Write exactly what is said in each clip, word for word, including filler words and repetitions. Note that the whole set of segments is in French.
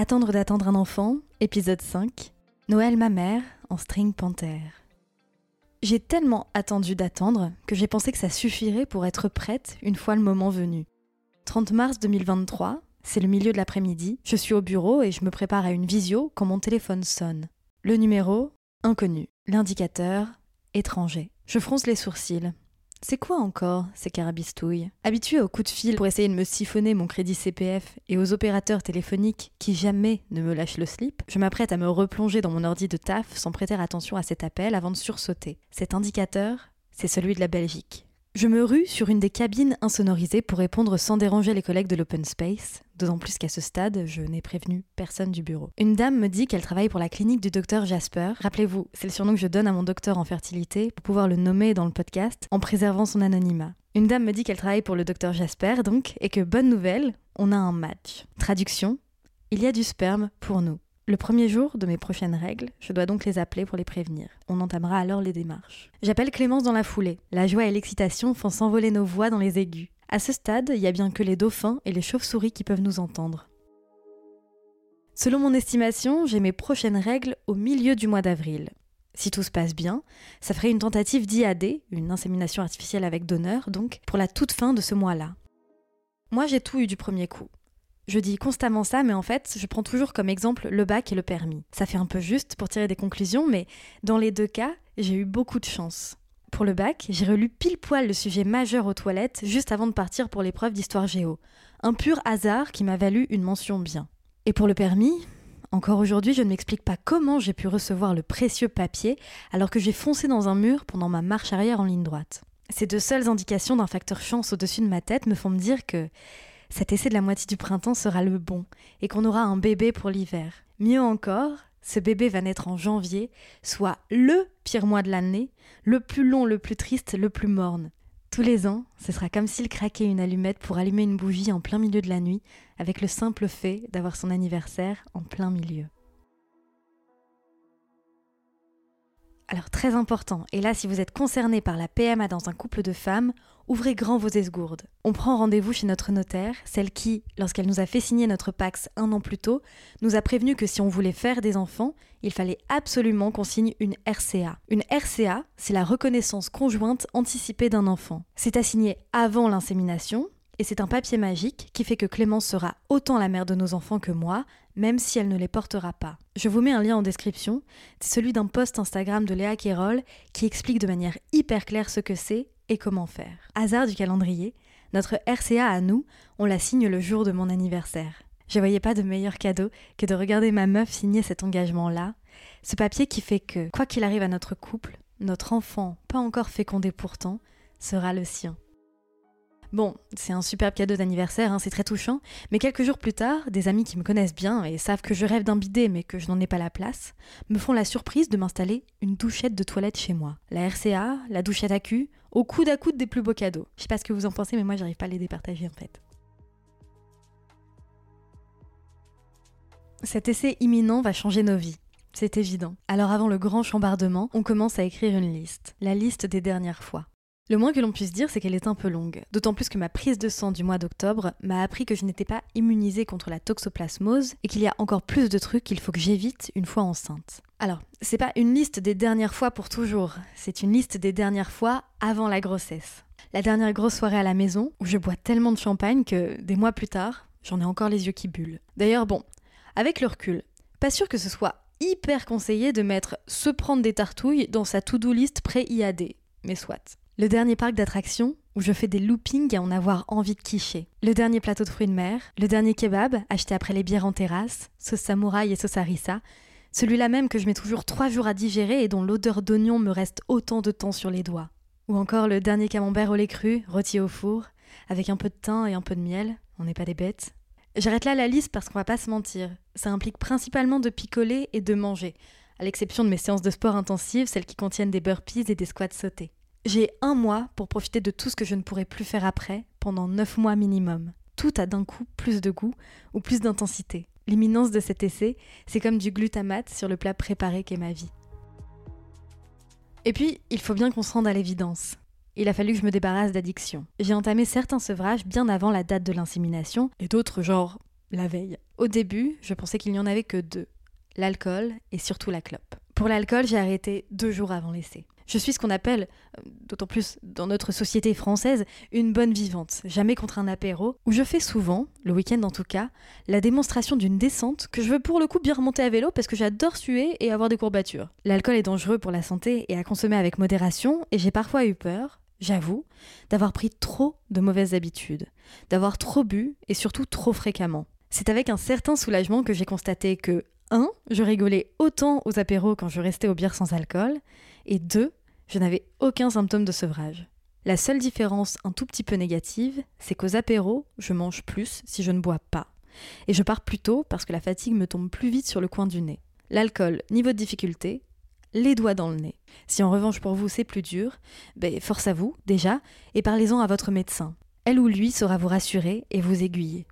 Attendre d'attendre un enfant, épisode cinq. Noël ma mère en string panther. J'ai tellement attendu d'attendre que j'ai pensé que ça suffirait pour être prête une fois le moment venu. trente mars deux mille vingt-trois, c'est le milieu de l'après-midi, je suis au bureau et je me prépare à une visio quand mon téléphone sonne. Le numéro, inconnu. L'indicateur, étranger. Je fronce les sourcils. C'est quoi encore, ces carabistouilles ? Habituée aux coups de fil pour essayer de me siphonner mon crédit C P F et aux opérateurs téléphoniques qui jamais ne me lâchent le slip, je m'apprête à me replonger dans mon ordi de taf sans prêter attention à cet appel avant de sursauter. Cet indicateur, c'est celui de la Belgique. Je me rue sur une des cabines insonorisées pour répondre sans déranger les collègues de l'open space, d'autant plus qu'à ce stade, je n'ai prévenu personne du bureau. Une dame me dit qu'elle travaille pour la clinique du docteur Jasper. Rappelez-vous, c'est le surnom que je donne à mon docteur en fertilité pour pouvoir le nommer dans le podcast en préservant son anonymat. Une dame me dit qu'elle travaille pour le docteur Jasper, donc, et que bonne nouvelle, on a un match. Traduction, il y a du sperme pour nous. Le premier jour de mes prochaines règles, je dois donc les appeler pour les prévenir. On entamera alors les démarches. J'appelle Clémence dans la foulée. La joie et l'excitation font s'envoler nos voix dans les aigus. À ce stade, il n'y a bien que les dauphins et les chauves-souris qui peuvent nous entendre. Selon mon estimation, j'ai mes prochaines règles au milieu du mois d'avril. Si tout se passe bien, ça ferait une tentative d'I A D, une insémination artificielle avec donneur, donc, pour la toute fin de ce mois-là. Moi, j'ai tout eu du premier coup. Je dis constamment ça, mais en fait, je prends toujours comme exemple le bac et le permis. Ça fait un peu juste pour tirer des conclusions, mais dans les deux cas, j'ai eu beaucoup de chance. Pour le bac, j'ai relu pile poil le sujet majeur aux toilettes juste avant de partir pour l'épreuve d'histoire géo. Un pur hasard qui m'a valu une mention bien. Et pour le permis, encore aujourd'hui, je ne m'explique pas comment j'ai pu recevoir le précieux papier alors que j'ai foncé dans un mur pendant ma marche arrière en ligne droite. Ces deux seules indications d'un facteur chance au-dessus de ma tête me font me dire que cet essai de la moitié du printemps sera le bon et qu'on aura un bébé pour l'hiver. Mieux encore, ce bébé va naître en janvier, soit le pire mois de l'année, le plus long, le plus triste, le plus morne. Tous les ans, ce sera comme s'il craquait une allumette pour allumer une bougie en plein milieu de la nuit, avec le simple fait d'avoir son anniversaire en plein milieu. Alors très important, et là si vous êtes concerné par la P M A dans un couple de femmes, ouvrez grand vos esgourdes. On prend rendez-vous chez notre notaire, celle qui, lorsqu'elle nous a fait signer notre Pacs un an plus tôt, nous a prévenu que si on voulait faire des enfants, il fallait absolument qu'on signe une R C A. Une R C A, c'est la reconnaissance conjointe anticipée d'un enfant. C'est à signer avant l'insémination, et c'est un papier magique qui fait que Clémence sera autant la mère de nos enfants que moi, même si elle ne les portera pas. Je vous mets un lien en description, c'est celui d'un post Instagram de Léa Kérol qui explique de manière hyper claire ce que c'est et comment faire. Hasard du calendrier, notre R C A à nous, on la signe le jour de mon anniversaire. Je voyais pas de meilleur cadeau que de regarder ma meuf signer cet engagement-là, ce papier qui fait que, quoi qu'il arrive à notre couple, notre enfant, pas encore fécondé pourtant, sera le sien. Bon, c'est un superbe cadeau d'anniversaire, hein, c'est très touchant, mais quelques jours plus tard, des amis qui me connaissent bien et savent que je rêve d'un bidet mais que je n'en ai pas la place, me font la surprise de m'installer une douchette de toilette chez moi. La R C A, la douchette à cul, au coude à coude des plus beaux cadeaux. Je sais pas ce que vous en pensez, mais moi j'arrive pas à les départager en fait. Cet essai imminent va changer nos vies. C'est évident. Alors avant le grand chambardement, on commence à écrire une liste. La liste des dernières fois. Le moins que l'on puisse dire, c'est qu'elle est un peu longue. D'autant plus que ma prise de sang du mois d'octobre m'a appris que je n'étais pas immunisée contre la toxoplasmose et qu'il y a encore plus de trucs qu'il faut que j'évite une fois enceinte. Alors, c'est pas une liste des dernières fois pour toujours, c'est une liste des dernières fois avant la grossesse. La dernière grosse soirée à la maison, où je bois tellement de champagne que, des mois plus tard, j'en ai encore les yeux qui bullent. D'ailleurs, bon, avec le recul, pas sûr que ce soit hyper conseillé de mettre « se prendre des tartouilles » dans sa to-do list pré-I A D, mais soit. Le dernier parc d'attractions où je fais des loopings à en avoir envie de quicher. Le dernier plateau de fruits de mer. Le dernier kebab acheté après les bières en terrasse, sauce samouraï et sauce harissa. Celui-là même que je mets toujours trois jours à digérer et dont l'odeur d'oignon me reste autant de temps sur les doigts. Ou encore le dernier camembert au lait cru, rôti au four, avec un peu de thym et un peu de miel. On n'est pas des bêtes. J'arrête là la liste parce qu'on va pas se mentir. Ça implique principalement de picoler et de manger, à l'exception de mes séances de sport intensives, celles qui contiennent des burpees et des squats sautés. J'ai un mois pour profiter de tout ce que je ne pourrai plus faire après, pendant neuf mois minimum. Tout a d'un coup plus de goût ou plus d'intensité. L'imminence de cet essai, c'est comme du glutamate sur le plat préparé qu'est ma vie. Et puis, il faut bien qu'on se rende à l'évidence. Il a fallu que je me débarrasse d'addiction. J'ai entamé certains sevrages bien avant la date de l'insémination, et d'autres genre la veille. Au début, je pensais qu'il n'y en avait que deux, l'alcool et surtout la clope. Pour l'alcool, j'ai arrêté deux jours avant l'essai. Je suis ce qu'on appelle, d'autant plus dans notre société française, une bonne vivante, jamais contre un apéro, où je fais souvent, le week-end en tout cas, la démonstration d'une descente que je veux pour le coup bien remonter à vélo parce que j'adore suer et avoir des courbatures. L'alcool est dangereux pour la santé et à consommer avec modération, et j'ai parfois eu peur, j'avoue, d'avoir pris trop de mauvaises habitudes, d'avoir trop bu et surtout trop fréquemment. C'est avec un certain soulagement que j'ai constaté que un. Je rigolais autant aux apéros quand je restais aux bières sans alcool, et deux. Je n'avais aucun symptôme de sevrage. La seule différence un tout petit peu négative, c'est qu'aux apéros, je mange plus si je ne bois pas. Et je pars plus tôt parce que la fatigue me tombe plus vite sur le coin du nez. L'alcool, niveau de difficulté, les doigts dans le nez. Si en revanche pour vous c'est plus dur, ben force à vous déjà, et parlez-en à votre médecin. Elle ou lui saura vous rassurer et vous aiguiller.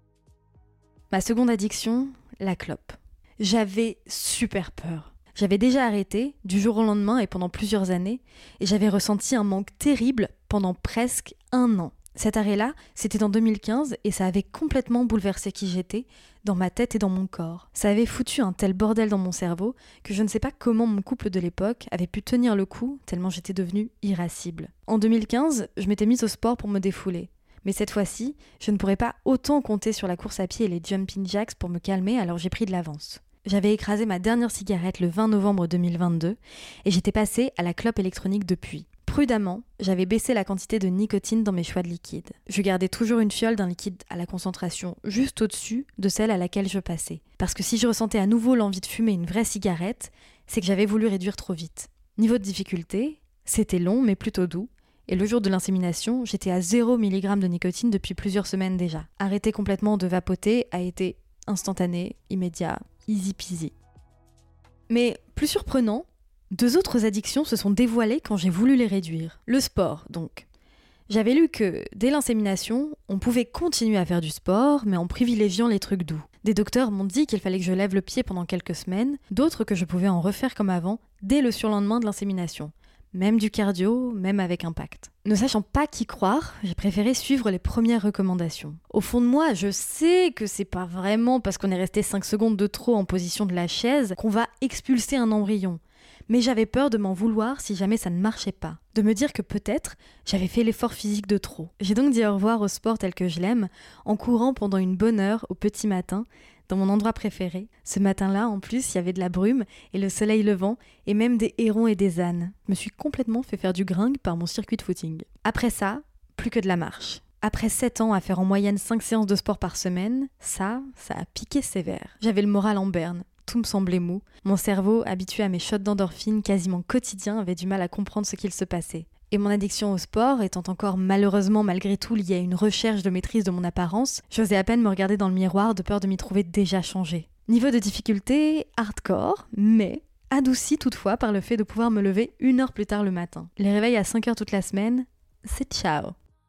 Ma seconde addiction, la clope. J'avais super peur. J'avais déjà arrêté, du jour au lendemain et pendant plusieurs années, et j'avais ressenti un manque terrible pendant presque un an. Cet arrêt-là, c'était en deux mille quinze et ça avait complètement bouleversé qui j'étais, dans ma tête et dans mon corps. Ça avait foutu un tel bordel dans mon cerveau que je ne sais pas comment mon couple de l'époque avait pu tenir le coup tellement j'étais devenue irascible. En deux mille quinze, je m'étais mise au sport pour me défouler. Mais cette fois-ci, je ne pourrais pas autant compter sur la course à pied et les jumping jacks pour me calmer, alors j'ai pris de l'avance. J'avais écrasé ma dernière cigarette le vingt novembre deux mille vingt-deux et j'étais passée à la clope électronique depuis. Prudemment, j'avais baissé la quantité de nicotine dans mes choix de liquide. Je gardais toujours une fiole d'un liquide à la concentration juste au-dessus de celle à laquelle je passais. Parce que si je ressentais à nouveau l'envie de fumer une vraie cigarette, c'est que j'avais voulu réduire trop vite. Niveau de difficulté, c'était long mais plutôt doux. Et le jour de l'insémination, j'étais à zéro milligrammes de nicotine depuis plusieurs semaines déjà. Arrêter complètement de vapoter a été instantané, immédiat, easy peasy. Mais plus surprenant, deux autres addictions se sont dévoilées quand j'ai voulu les réduire. Le sport, donc. J'avais lu que, dès l'insémination, on pouvait continuer à faire du sport, mais en privilégiant les trucs doux. Des docteurs m'ont dit qu'il fallait que je lève le pied pendant quelques semaines, d'autres que je pouvais en refaire comme avant, dès le surlendemain de l'insémination. Même du cardio, même avec impact. Ne sachant pas qui croire, j'ai préféré suivre les premières recommandations. Au fond de moi, je sais que c'est pas vraiment parce qu'on est resté cinq secondes de trop en position de la chaise qu'on va expulser un embryon. Mais j'avais peur de m'en vouloir si jamais ça ne marchait pas. De me dire que peut-être, j'avais fait l'effort physique de trop. J'ai donc dit au revoir au sport tel que je l'aime, en courant pendant une bonne heure au petit matin, dans mon endroit préféré. Ce matin-là, en plus, il y avait de la brume et le soleil levant, et même des hérons et des ânes. Je me suis complètement fait faire du gringue par mon circuit de footing. Après ça, plus que de la marche. Après sept ans à faire en moyenne cinq séances de sport par semaine, ça, ça a piqué sévère. J'avais le moral en berne. Tout me semblait mou. Mon cerveau, habitué à mes shots d'endorphine quasiment quotidiens, avait du mal à comprendre ce qu'il se passait. Et mon addiction au sport, étant encore malheureusement malgré tout liée à une recherche de maîtrise de mon apparence, j'osais à peine me regarder dans le miroir de peur de m'y trouver déjà changée. Niveau de difficulté, hardcore, mais adouci toutefois par le fait de pouvoir me lever une heure plus tard le matin. Les réveils à cinq heures toute la semaine, c'est ciao.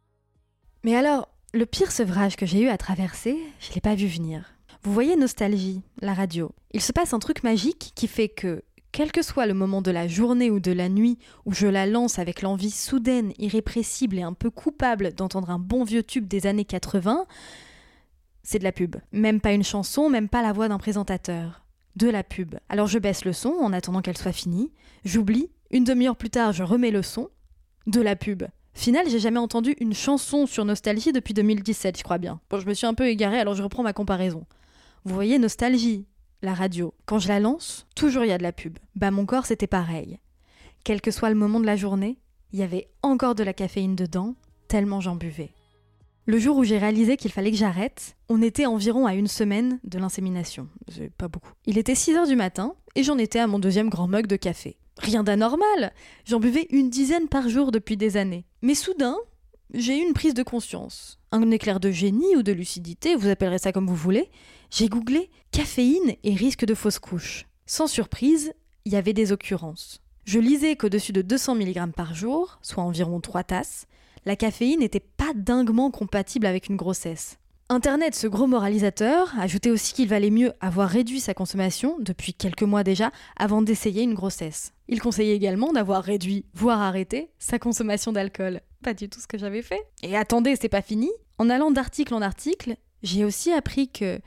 Mais alors, le pire sevrage que j'ai eu à traverser, je l'ai pas vu venir. Vous voyez Nostalgie, la radio. Il se passe un truc magique qui fait que, quel que soit le moment de la journée ou de la nuit où je la lance avec l'envie soudaine, irrépressible et un peu coupable d'entendre un bon vieux tube des années quatre-vingts, c'est de la pub. Même pas une chanson, même pas la voix d'un présentateur. De la pub. Alors je baisse le son en attendant qu'elle soit finie, j'oublie, une demi-heure plus tard je remets le son, de la pub. Final, j'ai jamais entendu une chanson sur Nostalgie depuis deux mille dix-sept, je crois bien. Bon, je me suis un peu égarée, alors je reprends ma comparaison. Vous voyez Nostalgie, la radio. Quand je la lance, toujours il y a de la pub. Bah mon corps c'était pareil. Quel que soit le moment de la journée, il y avait encore de la caféine dedans, tellement j'en buvais. Le jour où j'ai réalisé qu'il fallait que j'arrête, on était environ à une semaine de l'insémination. C'est pas beaucoup. Il était six heures du matin et j'en étais à mon deuxième grand mug de café. Rien d'anormal, j'en buvais une dizaine par jour depuis des années. Mais soudain, j'ai eu une prise de conscience. Un éclair de génie ou de lucidité, vous appellerez ça comme vous voulez. J'ai googlé caféine et risque de fausse couche. Sans surprise, il y avait des occurrences. Je lisais qu'au-dessus de deux cents milligrammes par jour, soit environ trois tasses, la caféine n'était pas dinguement compatible avec une grossesse. Internet, ce gros moralisateur, ajoutait aussi qu'il valait mieux avoir réduit sa consommation, depuis quelques mois déjà, avant d'essayer une grossesse. Il conseillait également d'avoir réduit, voire arrêté, sa consommation d'alcool. Pas du tout ce que j'avais fait. Et attendez, c'est pas fini. En allant d'article en article, j'ai aussi appris que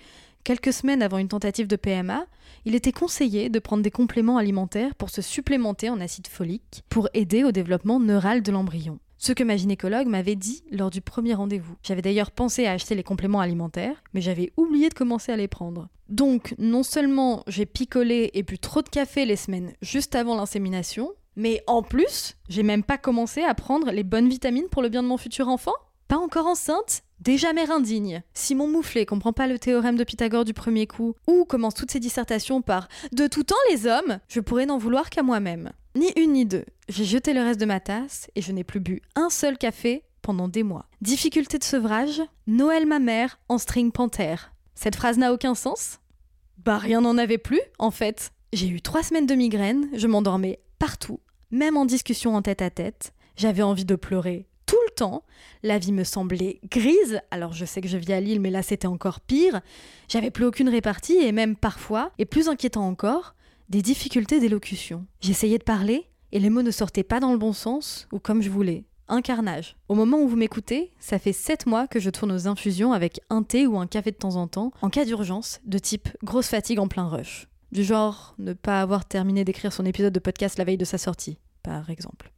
quelques semaines avant une tentative de P M A, il était conseillé de prendre des compléments alimentaires pour se supplémenter en acide folique, pour aider au développement neural de l'embryon. Ce que ma gynécologue m'avait dit lors du premier rendez-vous. J'avais d'ailleurs pensé à acheter les compléments alimentaires, mais j'avais oublié de commencer à les prendre. Donc, non seulement j'ai picolé et bu trop de café les semaines juste avant l'insémination, mais en plus, j'ai même pas commencé à prendre les bonnes vitamines pour le bien de mon futur enfant. Pas encore enceinte ? Déjà mère indigne. Simon Moufflet comprend pas le théorème de Pythagore du premier coup, ou commence toutes ses dissertations par « De tout temps les hommes !» Je pourrais n'en vouloir qu'à moi-même. Ni une ni deux. J'ai jeté le reste de ma tasse et je n'ai plus bu un seul café pendant des mois. Difficulté de sevrage, Noël ma mère en string panthère. Cette phrase n'a aucun sens ? Bah rien n'en avait plus, en fait. J'ai eu trois semaines de migraine, je m'endormais partout, même en discussion en tête-à-tête. J'avais envie de pleurer tout le temps. La vie me semblait grise, alors je sais que je vis à Lille, mais là c'était encore pire. J'avais plus aucune répartie et même parfois, et plus inquiétant encore, des difficultés d'élocution. J'essayais de parler et les mots ne sortaient pas dans le bon sens ou comme je voulais. Un carnage. Au moment où vous m'écoutez, ça fait sept mois que je tourne aux infusions avec un thé ou un café de temps en temps, en cas d'urgence, de type grosse fatigue en plein rush. Du genre, ne pas avoir terminé d'écrire son épisode de podcast la veille de sa sortie, par exemple.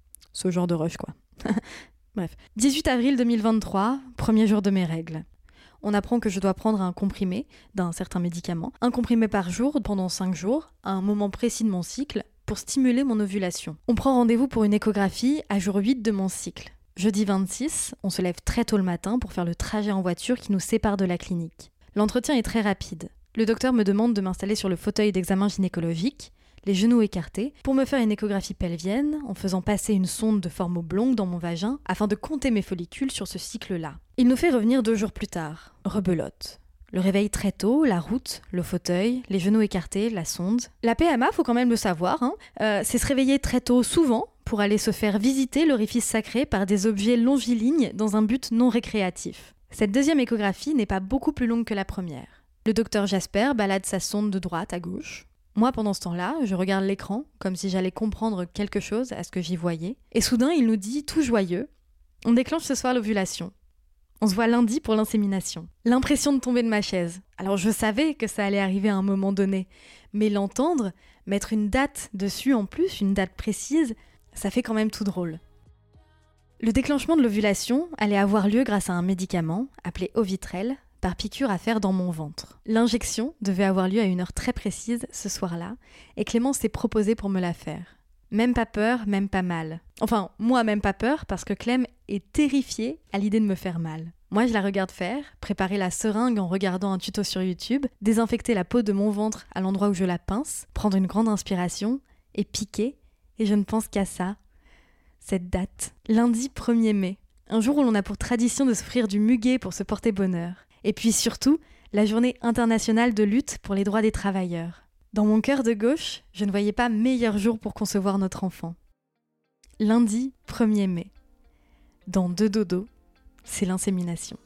Ce genre de rush, quoi. Bref. dix-huit avril deux mille vingt-trois, premier jour de mes règles. On apprend que je dois prendre un comprimé d'un certain médicament, un comprimé par jour pendant cinq jours, à un moment précis de mon cycle, pour stimuler mon ovulation. On prend rendez-vous pour une échographie à jour huit de mon cycle. Jeudi vingt-six, on se lève très tôt le matin pour faire le trajet en voiture qui nous sépare de la clinique. L'entretien est très rapide. Le docteur me demande de m'installer sur le fauteuil d'examen gynécologique, les genoux écartés, pour me faire une échographie pelvienne en faisant passer une sonde de forme oblongue dans mon vagin afin de compter mes follicules sur ce cycle-là. Il nous fait revenir deux jours plus tard. Rebelote. Le réveil très tôt, la route, le fauteuil, les genoux écartés, la sonde. La P M A, faut quand même le savoir, hein, euh, c'est se réveiller très tôt souvent pour aller se faire visiter l'orifice sacré par des objets longilignes dans un but non récréatif. Cette deuxième échographie n'est pas beaucoup plus longue que la première. Le docteur Jasper balade sa sonde de droite à gauche. Moi, pendant ce temps-là, je regarde l'écran, comme si j'allais comprendre quelque chose à ce que j'y voyais. Et soudain, il nous dit, tout joyeux, « On déclenche ce soir l'ovulation. On se voit lundi pour l'insémination. » L'impression de tomber de ma chaise. Alors je savais que ça allait arriver à un moment donné, mais l'entendre, mettre une date dessus en plus, une date précise, ça fait quand même tout drôle. Le déclenchement de l'ovulation allait avoir lieu grâce à un médicament, appelé Ovitrel, par piqûre à faire dans mon ventre. L'injection devait avoir lieu à une heure très précise ce soir-là, et Clémence s'est proposée pour me la faire. Même pas peur, même pas mal. Enfin, moi même pas peur, parce que Clem est terrifiée à l'idée de me faire mal. Moi je la regarde faire, préparer la seringue en regardant un tuto sur YouTube, désinfecter la peau de mon ventre à l'endroit où je la pince, prendre une grande inspiration, et piquer, et je ne pense qu'à ça. Cette date, lundi premier mai, un jour où l'on a pour tradition de s'offrir du muguet pour se porter bonheur. Et puis surtout, la journée internationale de lutte pour les droits des travailleurs. Dans mon cœur de gauche, je ne voyais pas meilleur jour pour concevoir notre enfant. Lundi premier mai. Dans deux dodos, c'est l'insémination.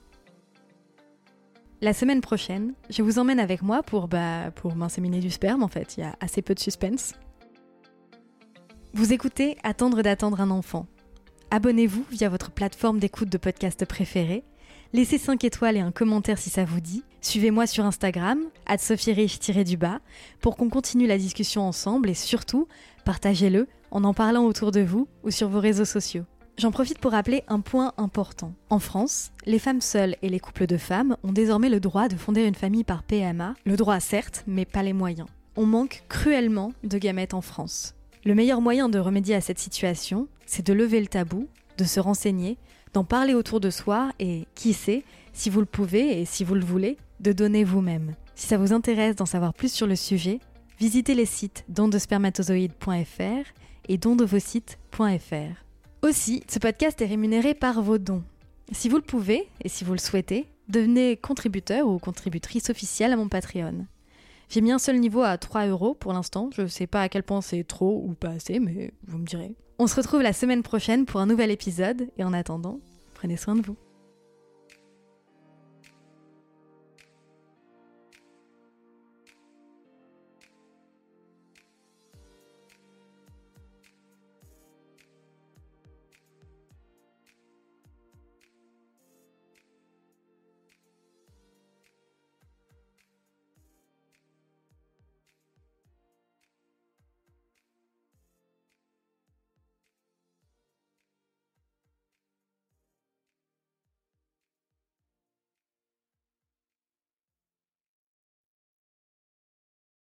La semaine prochaine, je vous emmène avec moi pour, bah, pour m'inséminer du sperme en fait, il y a assez peu de suspense. Vous écoutez Attendre d'attendre un enfant. Abonnez-vous via votre plateforme d'écoute de podcast préférée. Laissez cinq étoiles et un commentaire si ça vous dit. Suivez-moi sur Instagram, arobase sophierich-du-bas, pour qu'on continue la discussion ensemble et surtout, partagez-le en en parlant autour de vous ou sur vos réseaux sociaux. J'en profite pour rappeler un point important. En France, les femmes seules et les couples de femmes ont désormais le droit de fonder une famille par P M A. Le droit certes, mais pas les moyens. On manque cruellement de gamètes en France. Le meilleur moyen de remédier à cette situation, c'est de lever le tabou, de se renseigner, d'en parler autour de soi et, qui sait, si vous le pouvez et si vous le voulez, de donner vous-même. Si ça vous intéresse d'en savoir plus sur le sujet, visitez les sites don de spermatozoïdes point f r et don de vocytes point f r. Aussi, ce podcast est rémunéré par vos dons. Si vous le pouvez, et si vous le souhaitez, devenez contributeur ou contributrice officielle à mon Patreon. J'ai mis un seul niveau à trois euros pour l'instant, je sais pas à quel point c'est trop ou pas assez, mais vous me direz. On se retrouve la semaine prochaine pour un nouvel épisode, et en attendant, prenez soin de vous.